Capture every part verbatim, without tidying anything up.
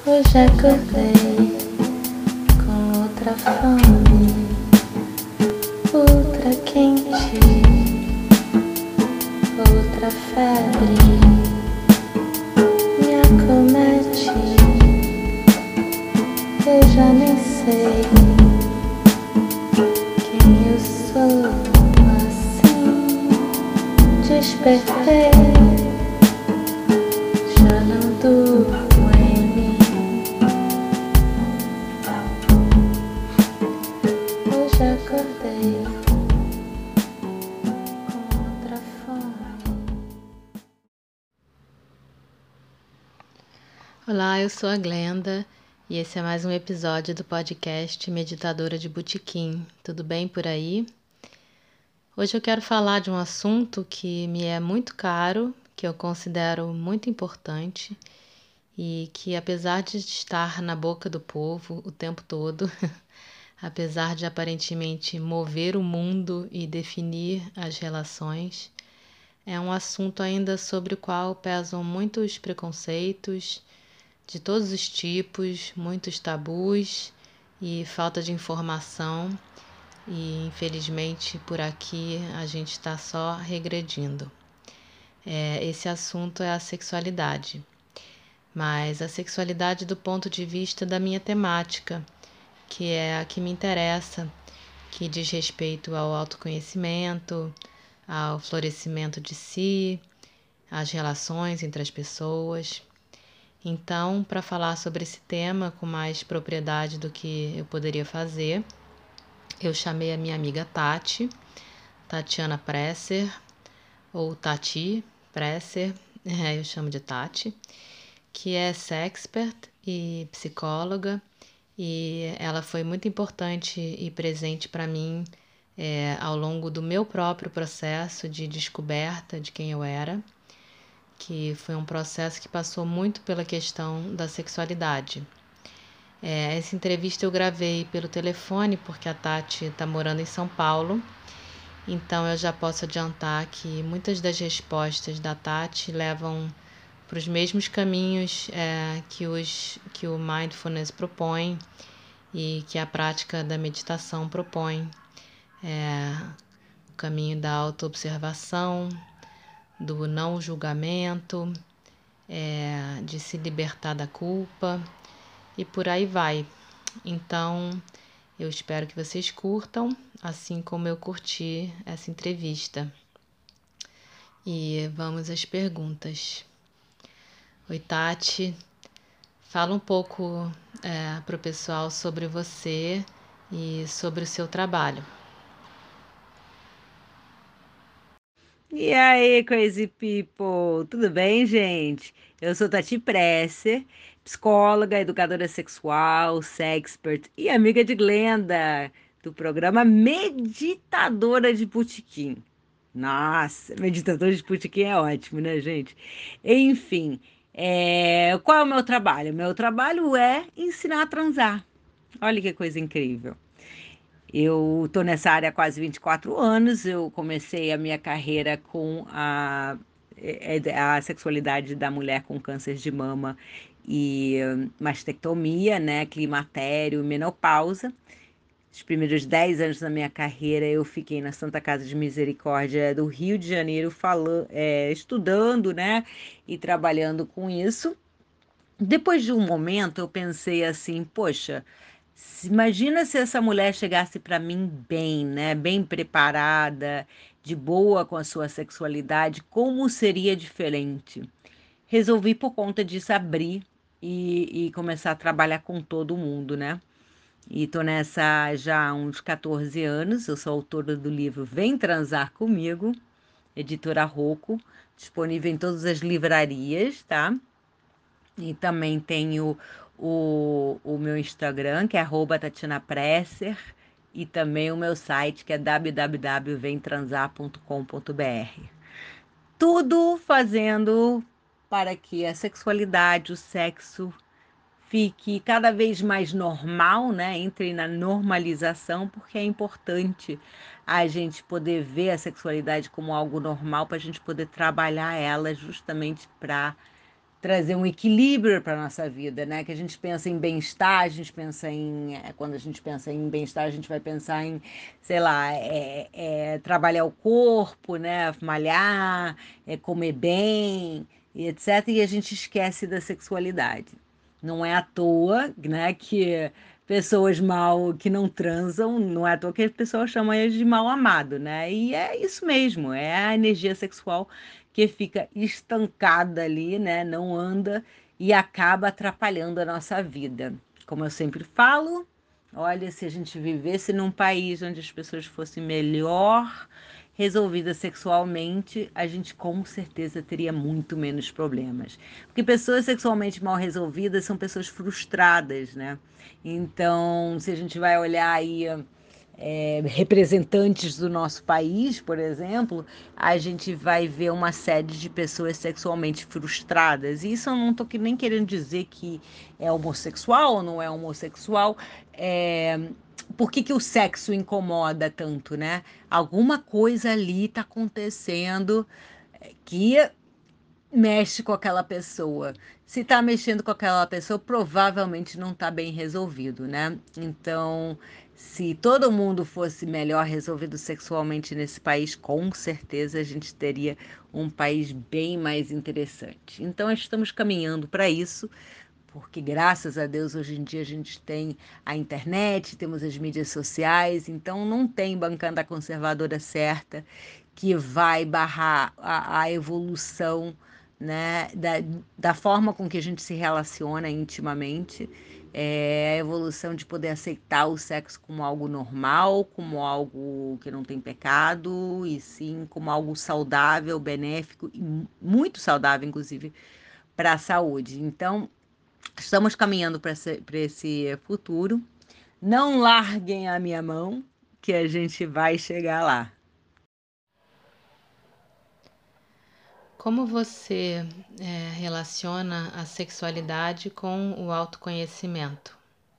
Hoje acordei com outra fome, outra quente, outra febre me acomete. Eu já nem sei quem eu sou assim. Despertei, já não durmo em mim. Hoje acordei com outra fome. Olá, eu sou a Glenda e esse é mais um episódio do podcast Meditadora de Botequim. Tudo bem por aí? Hoje eu quero falar de um assunto que me é muito caro, que eu considero muito importante e que, apesar de estar na boca do povo o tempo todo, apesar de aparentemente mover o mundo e definir as relações, é um assunto ainda sobre o qual pesam muitos preconceitos de todos os tipos, muitos tabus e falta de informação. E infelizmente por aqui a gente está só regredindo. É, esse assunto é a sexualidade, mas a sexualidade do ponto de vista da minha temática, que é a que me interessa, que diz respeito ao autoconhecimento, ao florescimento de si, às relações entre as pessoas. Então, para falar sobre esse tema com mais propriedade do que eu poderia fazer, eu chamei a minha amiga Tati, Tatiana Presser, ou Tati Presser, é, eu chamo de Tati, que é sexpert e psicóloga, e ela foi muito importante e presente para mim é, ao longo do meu próprio processo de descoberta de quem eu era, que foi um processo que passou muito pela questão da sexualidade. É, essa entrevista eu gravei pelo telefone porque a Tati está morando em São Paulo, então eu já posso adiantar que muitas das respostas da Tati levam para os mesmos caminhos é, que, os, que o Mindfulness propõe e que a prática da meditação propõe. É, o caminho da autoobservação, do não julgamento, é, de se libertar da culpa e por aí vai. Então, eu espero que vocês curtam, assim como eu curti essa entrevista. E vamos às perguntas. Oi, Tati. Fala um pouco é, para o pessoal sobre você e sobre o seu trabalho. E aí, Crazy People, tudo bem, gente? Eu sou Tati Presser, psicóloga, educadora sexual, sexpert e amiga de Glenda, do programa Meditadora de Botequim. Nossa, Meditadora de Botequim é ótimo, né, gente? Enfim, é, qual é o meu trabalho? Meu trabalho é ensinar a transar. Olha que coisa incrível. Eu estou nessa área há quase vinte e quatro anos. Eu comecei a minha carreira com a, é, é, a sexualidade da mulher com câncer de mama e hum, mastectomia, né, climatério e menopausa. Os primeiros dez anos da minha carreira eu fiquei na Santa Casa de Misericórdia do Rio de Janeiro, falando, é, estudando, né, e trabalhando com isso. Depois de um momento eu pensei assim, poxa, se- imagina se essa mulher chegasse para mim bem, né, bem preparada, de boa com a sua sexualidade, como seria diferente? Resolvi por conta disso abrir e, e começar a trabalhar com todo mundo, né? E tô nessa já há uns quatorze anos. Eu sou autora do livro Vem Transar Comigo, editora Rocco, disponível em todas as livrarias, tá? E também tenho o, o meu Instagram, que é arroba Tatiana Presser, e também o meu site, que é w w w ponto vem transar ponto com ponto b r. Tudo fazendo para que a sexualidade, o sexo, fique cada vez mais normal, né? Entre na normalização, porque é importante a gente poder ver a sexualidade como algo normal, para a gente poder trabalhar ela justamente para trazer um equilíbrio para a nossa vida, né? Que a gente pensa em bem-estar, a gente pensa em... é, quando a gente pensa em bem-estar, a gente vai pensar em, sei lá, é, é, trabalhar o corpo, né? Malhar, é, comer bem, e etcétera. E a gente esquece da sexualidade. Não é à toa, né, que pessoas mal que não transam, não é à toa que as pessoas chamam eles de mal amado, né? E é isso mesmo, é a energia sexual que fica estancada ali, né? Não anda e acaba atrapalhando a nossa vida. Como eu sempre falo, olha, se a gente vivesse num país onde as pessoas fossem melhor resolvidas sexualmente, a gente com certeza teria muito menos problemas. Porque pessoas sexualmente mal resolvidas são pessoas frustradas, né? Então, se a gente vai olhar aí é, representantes do nosso país, por exemplo, a gente vai ver uma série de pessoas sexualmente frustradas. E isso eu não estou nem querendo dizer que é homossexual ou não é homossexual. É... Por que que o sexo incomoda tanto, né? Alguma coisa ali está acontecendo que mexe com aquela pessoa. Se está mexendo com aquela pessoa, provavelmente não está bem resolvido, né? Então, se todo mundo fosse melhor resolvido sexualmente nesse país, com certeza a gente teria um país bem mais interessante. Então, estamos caminhando para isso, porque graças a Deus hoje em dia a gente tem a internet, temos as mídias sociais, então não tem bancada conservadora certa que vai barrar a, a evolução, né, da, da forma com que a gente se relaciona intimamente, é a evolução de poder aceitar o sexo como algo normal, como algo que não tem pecado, e sim como algo saudável, benéfico e muito saudável, inclusive, para a saúde. Então, estamos caminhando para esse, para esse futuro. Não larguem a minha mão, que a gente vai chegar lá. Como você é, relaciona a sexualidade com o autoconhecimento?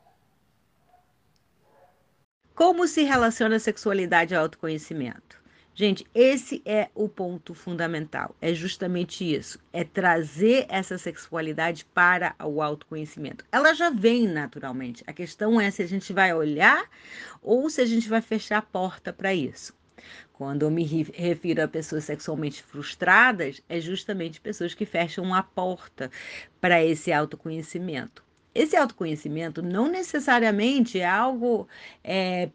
Como se relaciona a sexualidade ao autoconhecimento? Gente, esse é o ponto fundamental. É justamente isso. É trazer essa sexualidade para o autoconhecimento. Ela já vem naturalmente. A questão é se a gente vai olhar ou se a gente vai fechar a porta para isso. Quando eu me refiro a pessoas sexualmente frustradas, é justamente pessoas que fecham a porta para esse autoconhecimento. Esse autoconhecimento não necessariamente é algo é,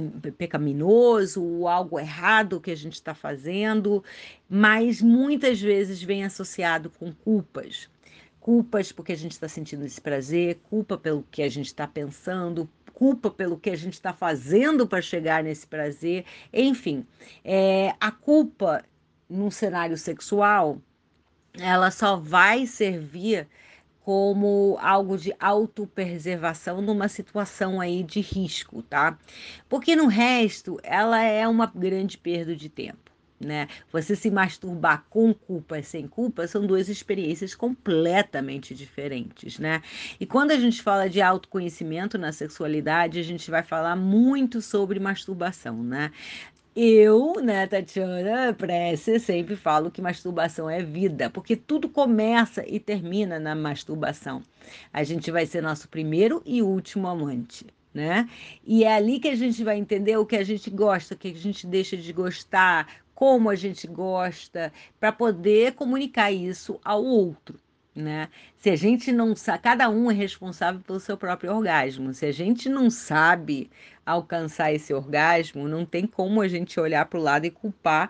pecaminoso, algo errado que a gente está fazendo, mas muitas vezes vem associado com culpas. Culpas porque a gente está sentindo esse prazer, culpa pelo que a gente está pensando, culpa pelo que a gente está fazendo para chegar nesse prazer, enfim, é, a culpa num cenário sexual, ela só vai servir como algo de autopreservação numa situação aí de risco, tá? Porque no resto, ela é uma grande perda de tempo, né? Você se masturbar com culpa e sem culpa são duas experiências completamente diferentes, né? E quando a gente fala de autoconhecimento na sexualidade, a gente vai falar muito sobre masturbação, né? Eu, né, Tatiana Prece, sempre falo que masturbação é vida, porque tudo começa e termina na masturbação. A gente vai ser nosso primeiro e último amante, né? E é ali que a gente vai entender o que a gente gosta, o que a gente deixa de gostar, como a gente gosta, para poder comunicar isso ao outro. Né? Se a gente não sabe, cada um é responsável pelo seu próprio orgasmo. Se a gente não sabe alcançar esse orgasmo, não tem como a gente olhar para o lado e culpar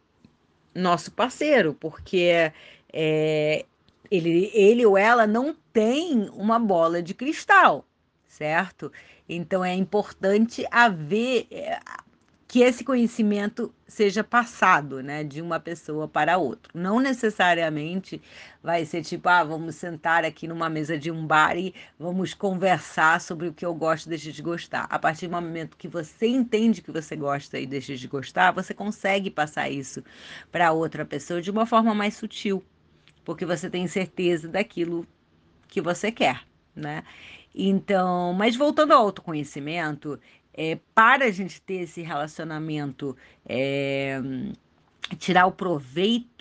nosso parceiro, porque é, ele, ele ou ela não tem uma bola de cristal, certo? Então é importante haver é, que esse conhecimento seja passado, né, de uma pessoa para outra. Não necessariamente vai ser tipo, ah, vamos sentar aqui numa mesa de um bar e vamos conversar sobre o que eu gosto e deixo de gostar. A partir do momento que você entende que você gosta e deixa de gostar, você consegue passar isso para outra pessoa de uma forma mais sutil, porque você tem certeza daquilo que você quer, né? Então, mas voltando ao autoconhecimento, é, para a gente ter esse relacionamento, é, tirar o proveito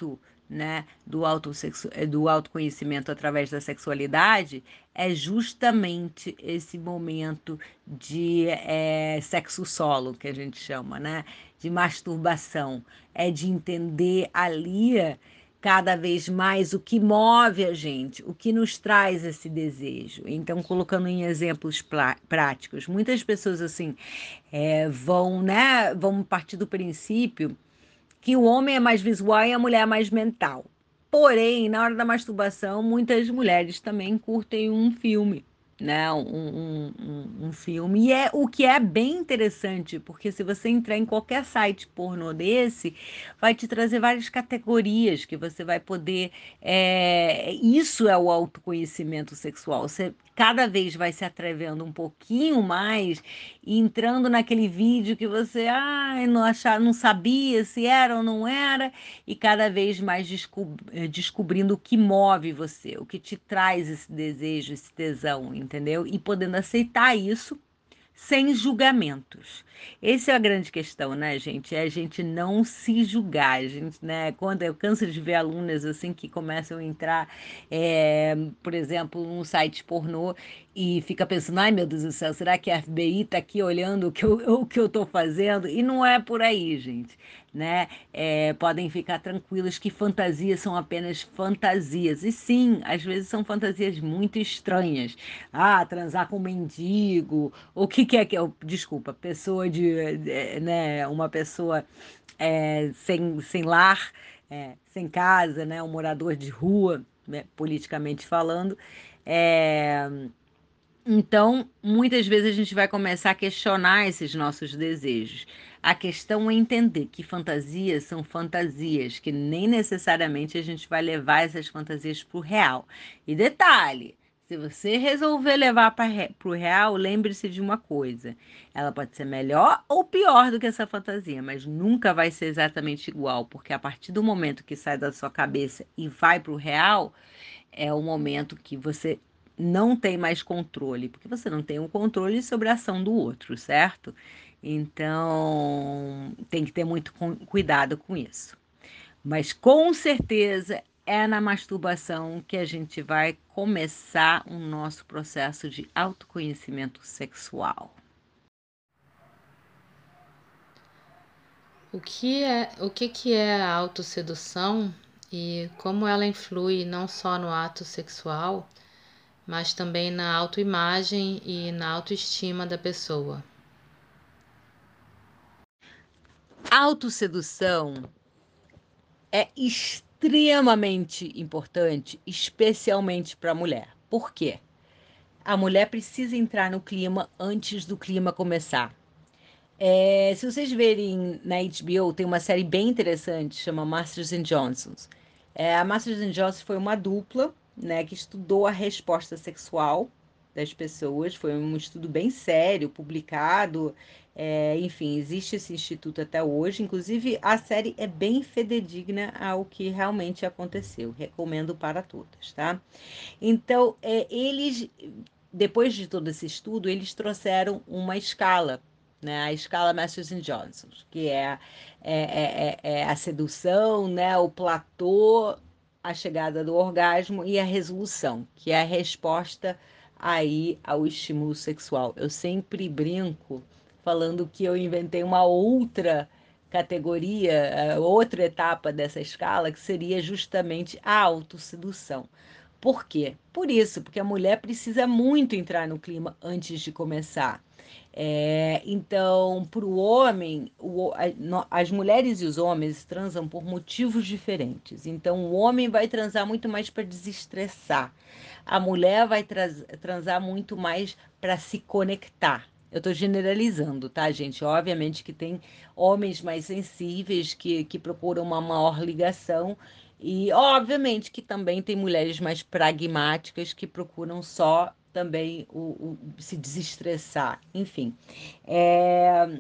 né, do, autossexu... do autoconhecimento através da sexualidade é justamente esse momento de é, sexo solo, que a gente chama, né, de masturbação. É de entender ali cada vez mais o que move a gente, o que nos traz esse desejo. Então, colocando em exemplos práticos, muitas pessoas assim é, vão, né, vão partir do princípio que o homem é mais visual e a mulher é mais mental. Porém, na hora da masturbação, muitas mulheres também curtem um filme, né? Um, um, um, um filme. E é o que é bem interessante, porque se você entrar em qualquer site pornô desse, vai te trazer várias categorias que você vai poder. É... Isso é o autoconhecimento sexual. Você cada vez vai se atrevendo um pouquinho mais e entrando naquele vídeo que você ah, não achar, não sabia se era ou não era, e cada vez mais descob descobrindo o que move você, o que te traz esse desejo, esse tesão, entendeu? E podendo aceitar isso sem julgamentos. Essa é a grande questão, né, gente? É a gente não se julgar. A gente, né, quando eu canso de ver alunas assim que começam a entrar, é, por exemplo, num site pornô e fica pensando, ai meu Deus do céu, será que a F B I tá aqui olhando o que eu, o que eu tô fazendo? E não é por aí, gente, né? É, podem ficar tranquilos que fantasias são apenas fantasias. E sim, às vezes são fantasias muito estranhas. Ah, transar com um mendigo. O que que é que eu, desculpa, pessoa de, é, né, uma pessoa é, sem, sem lar, é, sem casa, né, um morador de rua, né, politicamente falando. É, então, muitas vezes a gente vai começar a questionar esses nossos desejos. A questão é entender que fantasias são fantasias, que nem necessariamente a gente vai levar essas fantasias para o real. E detalhe, se você resolver levar para o real, lembre-se de uma coisa: ela pode ser melhor ou pior do que essa fantasia, mas nunca vai ser exatamente igual, porque a partir do momento que sai da sua cabeça e vai para o real, é o momento que você não tem mais controle, porque você não tem o controle sobre a ação do outro, certo? Então, tem que ter muito cuidado com isso. Mas com certeza é na masturbação que a gente vai começar o nosso processo de autoconhecimento sexual. O que é, o que que é a autossedução e como ela influi não só no ato sexual, mas também na autoimagem e na autoestima da pessoa? Autossedução é extremamente importante, especialmente para a mulher. Por quê? A mulher precisa entrar no clima antes do clima começar. É, se vocês verem na H B O, tem uma série bem interessante, chama Masters and Johnsons. É, a Masters and Johnsons foi uma dupla, né, que estudou a resposta sexual das pessoas. Foi um estudo bem sério, publicado. É, enfim, existe esse instituto até hoje. Inclusive, a série é bem fidedigna ao que realmente aconteceu. Recomendo para todas, tá? Então, é, eles, depois de todo esse estudo, eles trouxeram uma escala, né? A escala Masters and Johnson, que é, é, é, é é a sedução, né? O platô, a chegada do orgasmo e a resolução, que é a resposta aí ao estímulo sexual. Eu sempre brinco falando que eu inventei uma outra categoria, outra etapa dessa escala, que seria justamente a autossedução. Por quê? Por isso, porque a mulher precisa muito entrar no clima antes de começar. É, então, para o homem, o, a, no, as mulheres e os homens transam por motivos diferentes. Então, o homem vai transar muito mais para desestressar. A mulher vai transar muito mais para se conectar. Eu estou generalizando, tá, gente? Obviamente que tem homens mais sensíveis que, que procuram uma maior ligação. E, obviamente, que também tem mulheres mais pragmáticas que procuram só também o, o se desestressar. Enfim. É,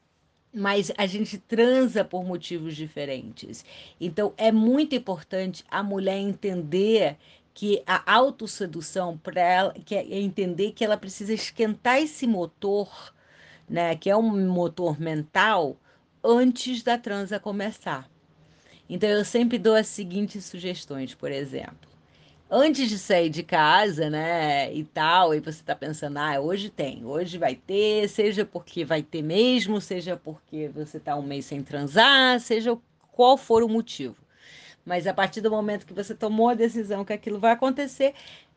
mas a gente transa por motivos diferentes. Então, é muito importante a mulher entender que a autossedução, para ela, que é entender que ela precisa esquentar esse motor, né, que é um motor mental, antes da transa começar. Então eu sempre dou as seguintes sugestões, por exemplo. Antes de sair de casa, né, e tal, e você tá pensando, ah, hoje tem, hoje vai ter, seja porque vai ter mesmo, seja porque você tá um mês sem transar, seja qual for o motivo. Mas a partir do momento que você tomou a decisão que aquilo vai acontecer,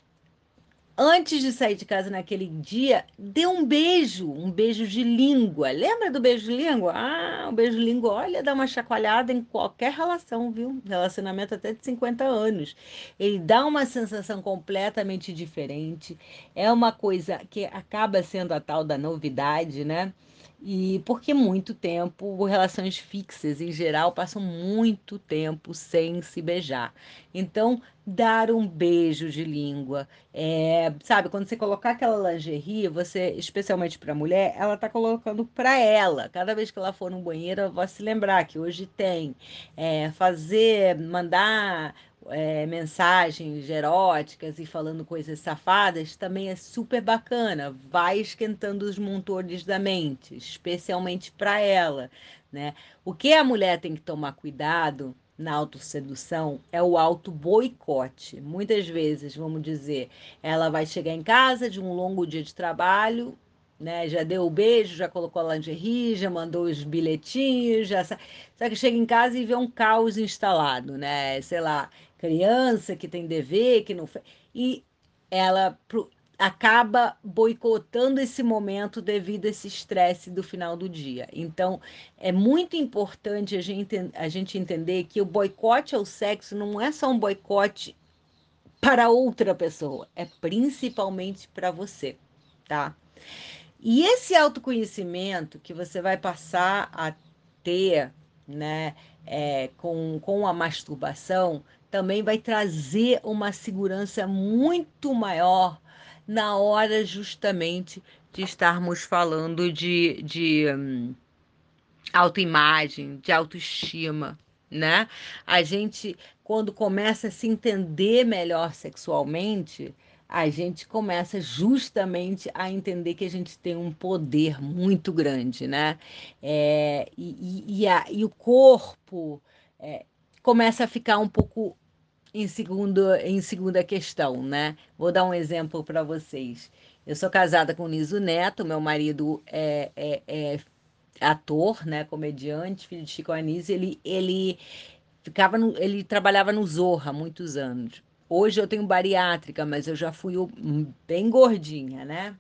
antes de sair de casa naquele dia, dê um beijo, um beijo de língua. Lembra do beijo de língua? Ah, o beijo de língua, olha, dá uma chacoalhada em qualquer relação, viu? Relacionamento até de cinquenta anos. Ele dá uma sensação completamente diferente. É uma coisa que acaba sendo a tal da novidade, né? E porque muito tempo, relações fixas em geral passam muito tempo sem se beijar. Então, dar um beijo de língua, é, sabe, quando você colocar aquela lingerie, você, especialmente para mulher, ela tá colocando para ela. Cada vez que ela for no banheiro, ela vai se lembrar que hoje tem. É, fazer, mandar é, mensagens eróticas e falando coisas safadas também é super bacana. Vai esquentando os motores da mente, especialmente para ela, né? O que a mulher tem que tomar cuidado na autossedução é o auto-boicote. Muitas vezes, vamos dizer, ela vai chegar em casa de um longo dia de trabalho, né? Já deu o beijo, já colocou a lingerie, já mandou os bilhetinhos, já sa- só que chega em casa e vê um caos instalado, né? Sei lá, criança que tem dever, que não fez. E ela pro- acaba boicotando esse momento devido a esse estresse do final do dia. Então, é muito importante a gente, a gente entender que o boicote ao sexo não é só um boicote para outra pessoa, é principalmente para você, tá? E esse autoconhecimento que você vai passar a ter, né, é, com, com a masturbação, também vai trazer uma segurança muito maior na hora justamente de estarmos falando de, de hum, autoimagem, de autoestima, né? A gente, quando começa a se entender melhor sexualmente, a gente começa justamente a entender que a gente tem um poder muito grande, né? É, e, e, e, a- e o corpo é, começa a ficar um pouco em segundo, em segunda questão, né? Vou dar um exemplo para vocês. Eu sou casada com o Niso Neto, meu marido é, é, é ator, né, comediante, filho de Chico Anísio, ele, ele ficava no, ele trabalhava no Zorra há muitos anos. Hoje eu tenho bariátrica, mas eu já fui o- bem gordinha, né?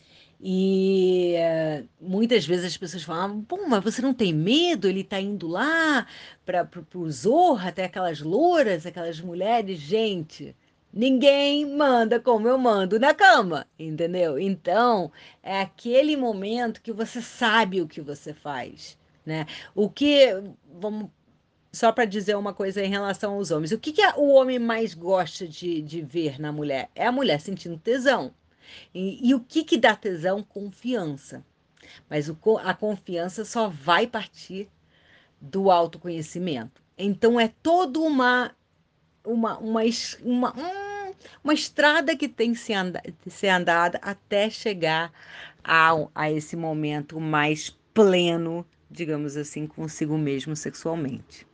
E eh, muitas vezes as pessoas falavam, pô, mas você não tem medo? Ele tá indo lá para o Zorra, até aquelas louras, aquelas mulheres, gente. Ninguém manda como eu mando na cama, entendeu? Então, é aquele momento que você sabe o que você faz, né? O que, vamos, só para dizer uma coisa em relação aos homens, o que, que a- o homem mais gosta de, de ver na mulher? É a mulher sentindo tesão. E, e o que que dá tesão? Confiança. Mas o co- a confiança só vai partir do autoconhecimento. Então é toda uma uma, uma, es- uma, hum, uma estrada que tem que ser, anda, ser andada até chegar a, a esse momento mais pleno, digamos assim, consigo mesmo sexualmente.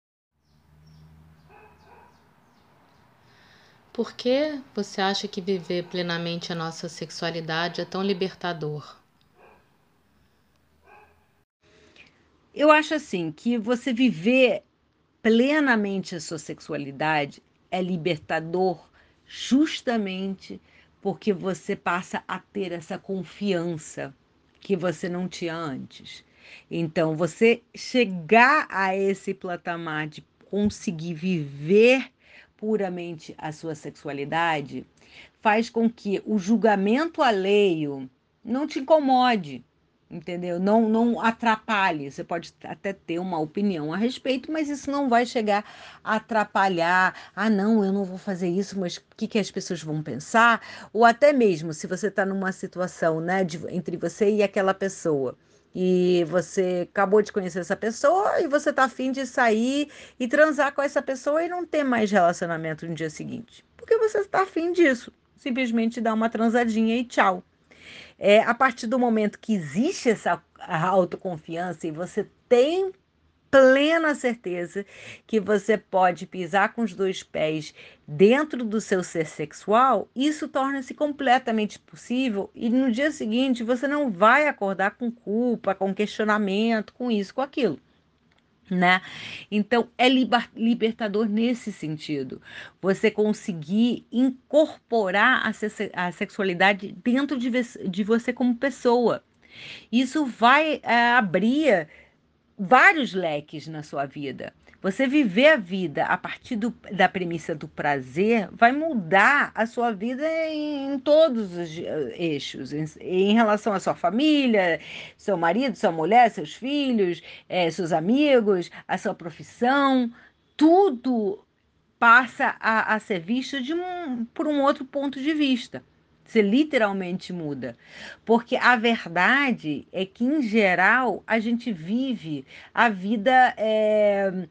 Por que você acha que viver plenamente a nossa sexualidade é tão libertador? Eu acho assim que você viver plenamente a sua sexualidade é libertador justamente porque você passa a ter essa confiança que você não tinha antes. Então, você chegar a esse patamar de conseguir viver puramente a sua sexualidade faz com que o julgamento alheio não te incomode, entendeu? Não, não atrapalhe. Você pode até ter uma opinião a respeito, mas isso não vai chegar a atrapalhar. Ah, não, eu não vou fazer isso, mas o que, que as pessoas vão pensar? Ou até mesmo se você está numa situação, né, de, entre você e aquela pessoa. E você acabou de conhecer essa pessoa e você tá afim de sair e transar com essa pessoa e não ter mais relacionamento no dia seguinte. Porque você está afim disso. Simplesmente dá uma transadinha e tchau. É, a partir do momento que existe essa autoconfiança e você tem plena certeza que você pode pisar com os dois pés dentro do seu ser sexual, isso torna-se completamente possível e no dia seguinte você não vai acordar com culpa, com questionamento, com isso, com aquilo. Né? Então, é liber- libertador nesse sentido. Você conseguir incorporar a, se- a sexualidade dentro de, ves- de você como pessoa. Isso vai é, abrir vários leques na sua vida. Você viver a vida a partir do- da premissa do prazer vai mudar a sua vida em, em todos os eh, eixos, em, em relação à sua família, seu marido, sua mulher, seus filhos, eh, seus amigos, a sua profissão, tudo passa a, a ser visto de um, por um outro ponto de vista. Você literalmente muda. Porque a verdade é que, em geral, a gente vive a vida é,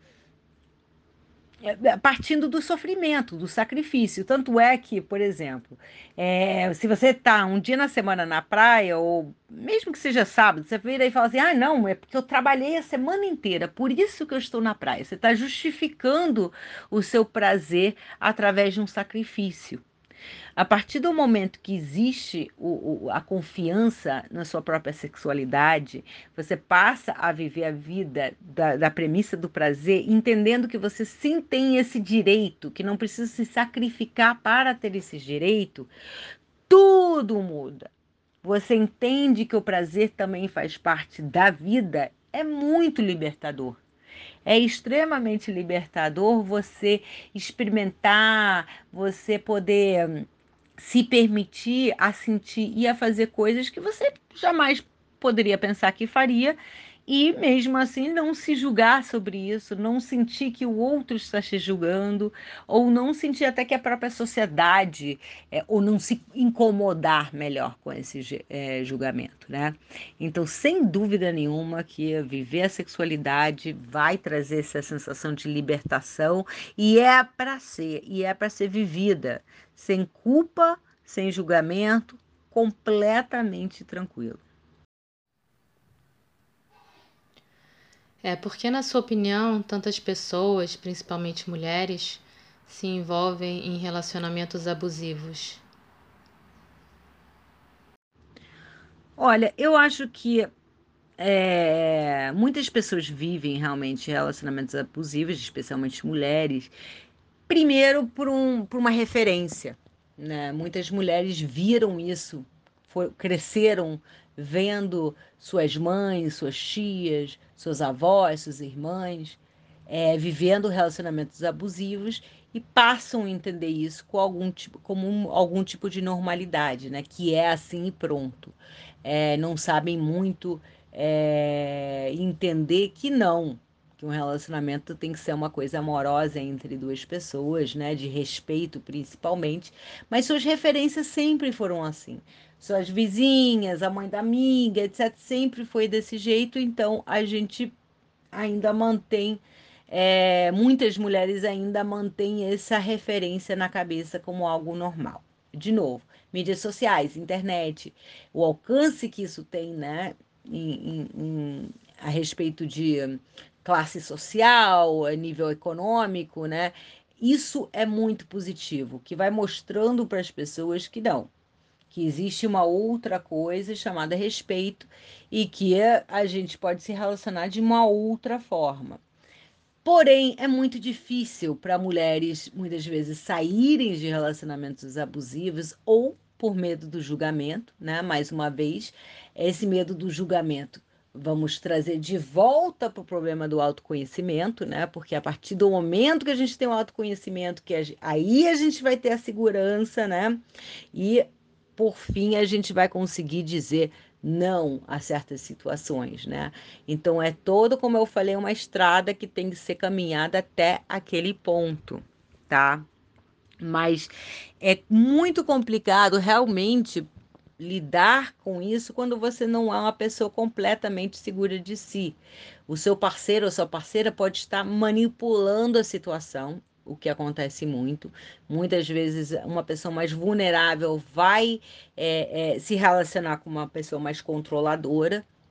é, partindo do sofrimento, do sacrifício. Tanto é que, por exemplo, é, se você está um dia na semana na praia, ou mesmo que seja sábado, você vira e fala assim: ah, não, é porque eu trabalhei a semana inteira, por isso que eu estou na praia. Você está justificando o seu prazer através de um sacrifício. A partir do momento que existe o, o- a confiança na sua própria sexualidade, você passa a viver a vida da, da premissa do prazer, entendendo que você sim tem esse direito, que não precisa se sacrificar para ter esse direito, tudo muda. Você entende que o prazer também faz parte da vida, é muito libertador. É extremamente libertador você experimentar, você poder se permitir a sentir e a fazer coisas que você jamais poderia pensar que faria, e mesmo assim não se julgar sobre isso, não sentir que o outro está te julgando, ou não sentir até que a própria sociedade, é, ou não se incomodar melhor com esse é, julgamento, né? Então, sem dúvida nenhuma que viver a sexualidade vai trazer essa sensação de libertação, e é para ser, e é para ser vivida sem culpa, sem julgamento, completamente tranquilo. É porque, na sua opinião, tantas pessoas, principalmente mulheres, se envolvem em relacionamentos abusivos? Olha, eu acho que é, muitas pessoas vivem realmente relacionamentos abusivos, especialmente mulheres, primeiro por, um, por uma referência, né? Muitas mulheres viram isso, foi- cresceram vendo suas mães, suas tias, suas avós, suas irmãs, é, vivendo relacionamentos abusivos e passam a entender isso com algum tipo, como um- algum tipo de normalidade, né? Que é assim e pronto. É, não sabem muito é, entender que não, que um relacionamento tem que ser uma coisa amorosa entre duas pessoas, né? De respeito principalmente, mas suas referências sempre foram assim. Suas vizinhas, a mãe da amiga, etcétera, sempre foi desse jeito, então a gente ainda mantém, é, muitas mulheres ainda mantêm essa referência na cabeça como algo normal. De novo, mídias sociais, internet, o alcance que isso tem, né, em, em- em- a respeito de classe social, nível econômico, né? Isso é muito positivo, que vai mostrando para as pessoas que não, que existe uma outra coisa chamada respeito e que a gente pode se relacionar de uma outra forma. Porém, é muito difícil para mulheres, muitas vezes, saírem de relacionamentos abusivos ou por medo do julgamento, né? Mais uma vez, esse medo do julgamento. Vamos trazer de volta para o problema do autoconhecimento, né? Porque a partir do momento que a gente tem o autoconhecimento, que a, aí a gente vai ter a segurança, né? E por fim a gente vai conseguir dizer não a certas situações, né? Então é todo, como eu falei, uma estrada que tem que ser caminhada até aquele ponto, tá? Mas é muito complicado realmente lidar com isso quando você não é uma pessoa completamente segura de si. O seu parceiro ou sua parceira pode estar manipulando a situação, o que acontece muito. Muitas vezes, uma pessoa mais vulnerável vai é, é, se relacionar com uma pessoa mais controladora,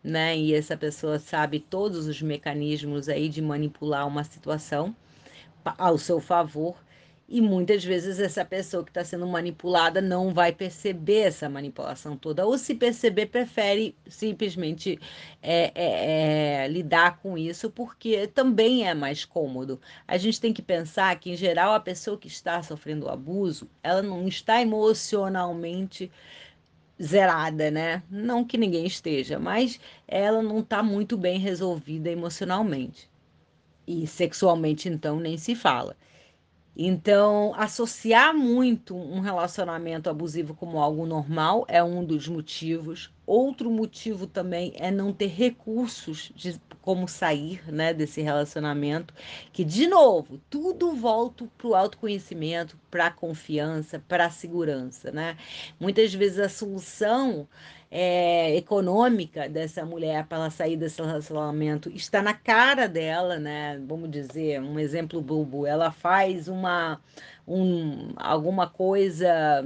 né? E essa pessoa sabe todos os mecanismos aí de manipular uma situação ao seu favor. E muitas vezes essa pessoa que está sendo manipulada não vai perceber essa manipulação toda, ou se perceber, prefere simplesmente é, é, é, lidar com isso, porque também é mais cômodo. A gente tem que pensar que, em geral, a pessoa que está sofrendo o abuso, ela não está emocionalmente zerada, né? Não que ninguém esteja, mas ela não está muito bem resolvida emocionalmente. E sexualmente, então, nem se fala. Então, associar muito um relacionamento abusivo como algo normal é um dos motivos. Outro motivo também é não ter recursos de como sair, né, desse relacionamento, que, de novo, tudo volta para o autoconhecimento, para a confiança, para a segurança, né? Muitas vezes a solução é, econômica dessa mulher para ela sair desse relacionamento está na cara dela, né? Vamos dizer, um exemplo bobo, ela faz uma um, alguma coisa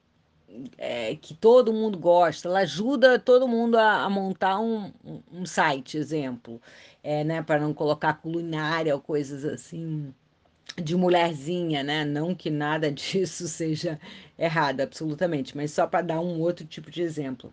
é, que todo mundo gosta, ela ajuda todo mundo a, a montar um, um, um site, exemplo, é, né? Para não colocar culinária ou coisas assim de mulherzinha, né? Não que nada disso seja errado, absolutamente, mas só para dar um outro tipo de exemplo.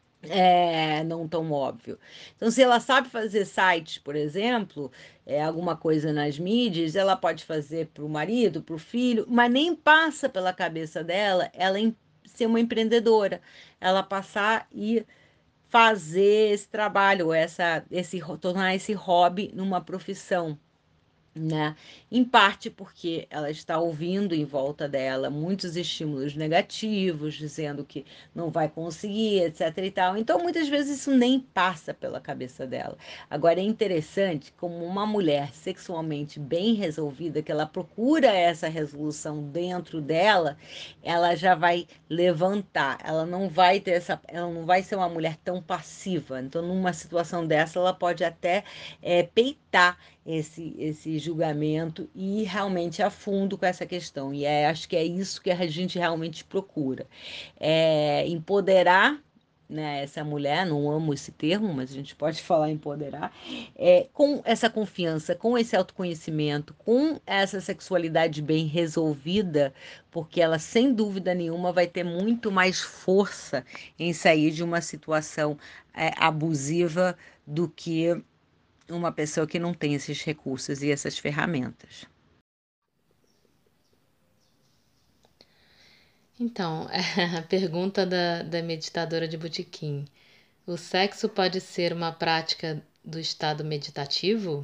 É, não tão óbvio. Então, se ela sabe fazer sites, por exemplo, é, alguma coisa nas mídias, ela pode fazer para o marido, para o filho, mas nem passa pela cabeça dela ela em- ser uma empreendedora, ela passar e fazer esse trabalho, essa, esse, tornar esse hobby numa profissão, né? Em parte porque ela está ouvindo em volta dela muitos estímulos negativos, dizendo que não vai conseguir, etc e tal. Então, muitas vezes isso nem passa pela cabeça dela. Agora, é interessante como uma mulher sexualmente bem resolvida, que ela procura essa resolução dentro dela, ela já vai levantar. Ela não vai ter essa, ela não vai ser uma mulher tão passiva. Então, numa situação dessa, ela pode até é, peitar esse, esse julgamento e ir realmente a fundo com essa questão. E é, acho que é isso que a gente realmente procura. É empoderar, né, essa mulher, não amo esse termo, mas a gente pode falar empoderar, é, com essa confiança, com esse autoconhecimento, com essa sexualidade bem resolvida, porque ela, sem dúvida nenhuma, vai ter muito mais força em sair de uma situação é, abusiva do que uma pessoa que não tem esses recursos e essas ferramentas. Então, a pergunta da, da meditadora de botequim: o sexo pode ser uma prática do estado meditativo?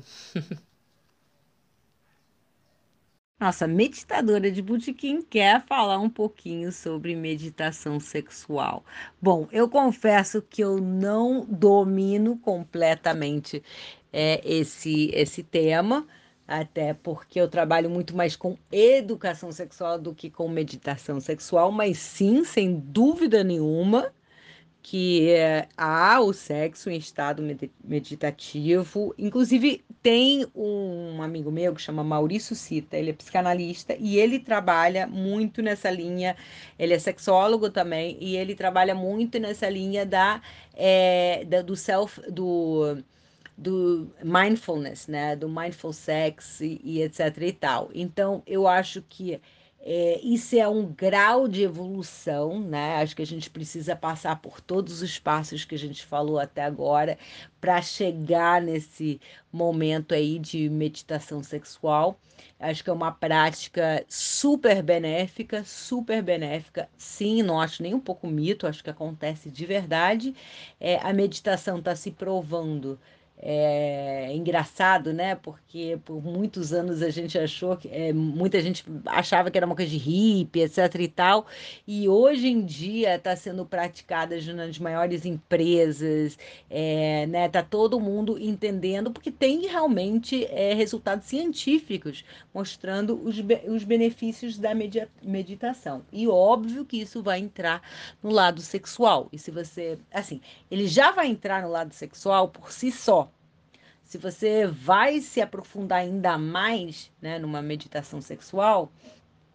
Nossa meditadora de botequim quer falar um pouquinho sobre meditação sexual. Bom, eu confesso que eu não domino completamente é, esse, esse tema, até porque eu trabalho muito mais com educação sexual do que com meditação sexual, mas sim, sem dúvida nenhuma, que é, há o sexo em estado med- meditativo. Inclusive, tem um amigo meu que chama Maurício Sita, ele é psicanalista e ele trabalha muito nessa linha. Ele é sexólogo também e ele trabalha muito nessa linha da, é, da- do self, do do mindfulness, né, do mindful sex e, e etc e tal. Então, eu acho que é, isso é um grau de evolução, né? Acho que a gente precisa passar por todos os passos que a gente falou até agora para chegar nesse momento aí de meditação sexual. Acho que é uma prática super benéfica, super benéfica. Sim, não acho nem um pouco mito, acho que acontece de verdade. É, a meditação está se provando é engraçado, né? Porque por muitos anos a gente achou que é, muita gente achava que era uma coisa de hippie, etc e tal, e hoje em dia está sendo praticada nas maiores empresas, é, né? Tá todo mundo entendendo, porque tem realmente é, resultados científicos mostrando os, be- os benefícios da media- meditação. E óbvio que isso vai entrar no lado sexual. E se você, assim, ele já vai entrar no lado sexual por si só. Se você vai se aprofundar ainda mais, né, numa meditação sexual,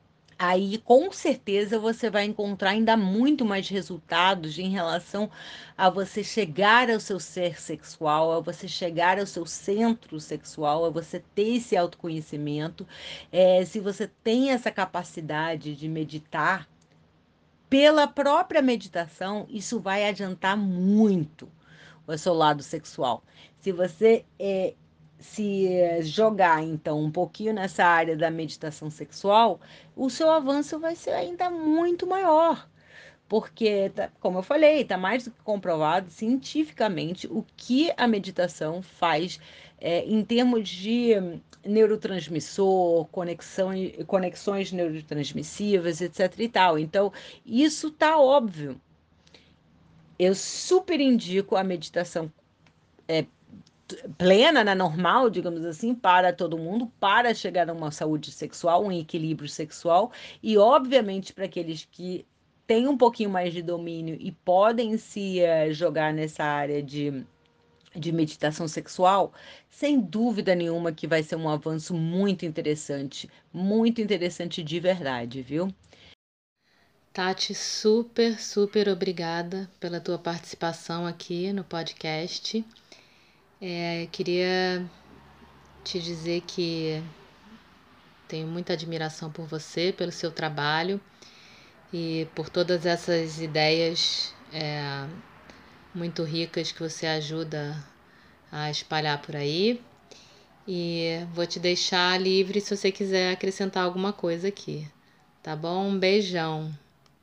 aí com certeza você vai encontrar ainda muito mais resultados em relação a você chegar ao seu ser sexual, a você chegar ao seu centro sexual, a você ter esse autoconhecimento. É, se você tem essa capacidade de meditar, pela própria meditação, isso vai adiantar muito o seu lado sexual. Se você é, se jogar, então, um pouquinho nessa área da meditação sexual, o seu avanço vai ser ainda muito maior. Porque, tá, como eu falei, está mais do que comprovado cientificamente o que a meditação faz é, em termos de neurotransmissor, conexão, conexões neurotransmissivas, etc e tal. Então, isso tá óbvio. Eu super indico a meditação é, plena, né, normal, digamos assim, para todo mundo, para chegar a uma saúde sexual, um equilíbrio sexual, e obviamente para aqueles que têm um pouquinho mais de domínio e podem se uh, jogar nessa área de, de meditação sexual, sem dúvida nenhuma que vai ser um avanço muito interessante, muito interessante de verdade, viu? Tati, super, super obrigada pela tua participação aqui no podcast. É, queria te dizer que tenho muita admiração por você, pelo seu trabalho e por todas essas ideias é, muito ricas que você ajuda a espalhar por aí. E vou te deixar livre se você quiser acrescentar alguma coisa aqui, tá bom? Um beijão.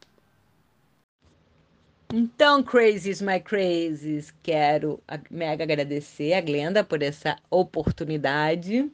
Então, Crazies, my crazies, quero mega agradecer a Glenda por essa oportunidade.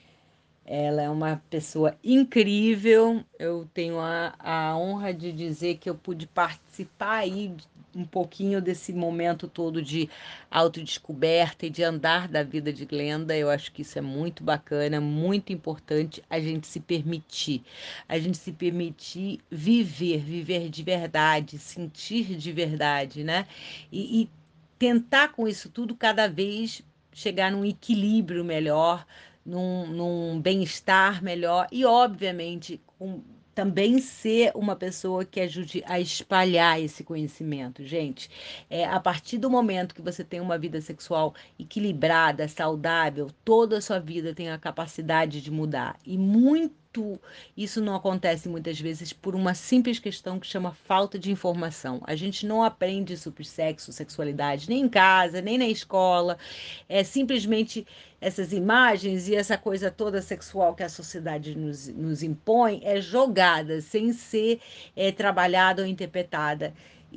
Ela é uma pessoa incrível. Eu tenho a, a honra de dizer que eu pude participar aí um pouquinho desse momento todo de autodescoberta e de andar da vida de Glenda. Eu acho que isso é muito bacana, muito importante a gente se permitir. A gente se permitir viver, viver de verdade, sentir de verdade, né? E, e tentar com isso tudo cada vez chegar num equilíbrio melhor, num, num bem-estar melhor e, obviamente, com, também ser uma pessoa que ajude a espalhar esse conhecimento. Gente, é, a partir do momento que você tem uma vida sexual equilibrada, saudável, toda a sua vida tem a capacidade de mudar. E muito isso não acontece muitas vezes por uma simples questão que chama falta de informação. A gente não aprende sobre sexo, sexualidade, nem em casa, nem na escola. É simplesmente essas imagens e essa coisa toda sexual que a sociedade nos, nos impõe é jogada sem ser é, trabalhada ou interpretada.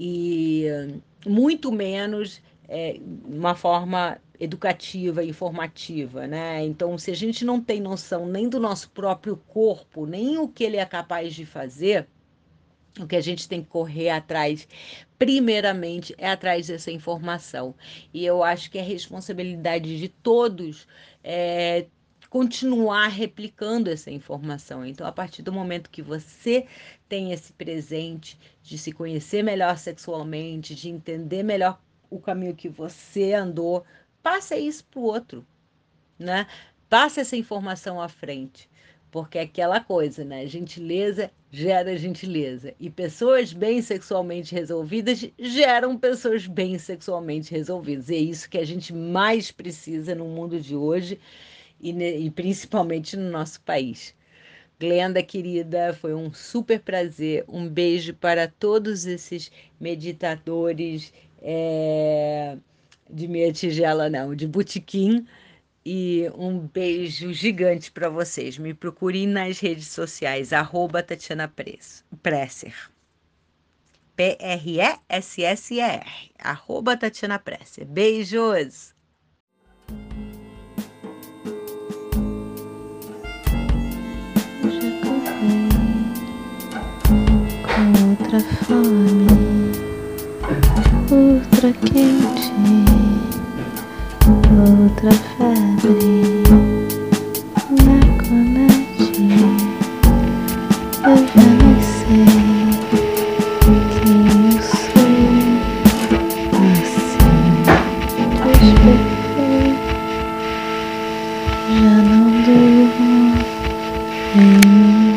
E muito menos é, uma forma educativa, informativa, né? Então, se a gente não tem noção nem do nosso próprio corpo, nem o que ele é capaz de fazer, o que a gente tem que correr atrás, primeiramente, é atrás dessa informação. E eu acho que é responsabilidade de todos é, continuar replicando essa informação. Então, a partir do momento que você tem esse presente de se conhecer melhor sexualmente, de entender melhor o caminho que você andou, passa isso para o outro, né? Passa essa informação à frente. Porque é aquela coisa, né? Gentileza gera gentileza. E pessoas bem sexualmente resolvidas geram pessoas bem sexualmente resolvidas. E é isso que a gente mais precisa no mundo de hoje e, e principalmente no nosso país. Glenda, querida, foi um super prazer. Um beijo para todos esses meditadores é, de meia tigela, não, de botequim. E um beijo gigante para vocês. Me procurem nas redes sociais, arroba Tatiana Presser. P R E S S E R. Arroba Tatiana Presser. Beijos! Com outra fome, outra quente, outra febre, Naconete, eu já nem sei quem eu sou, assim, despertei, já não durmo em mim.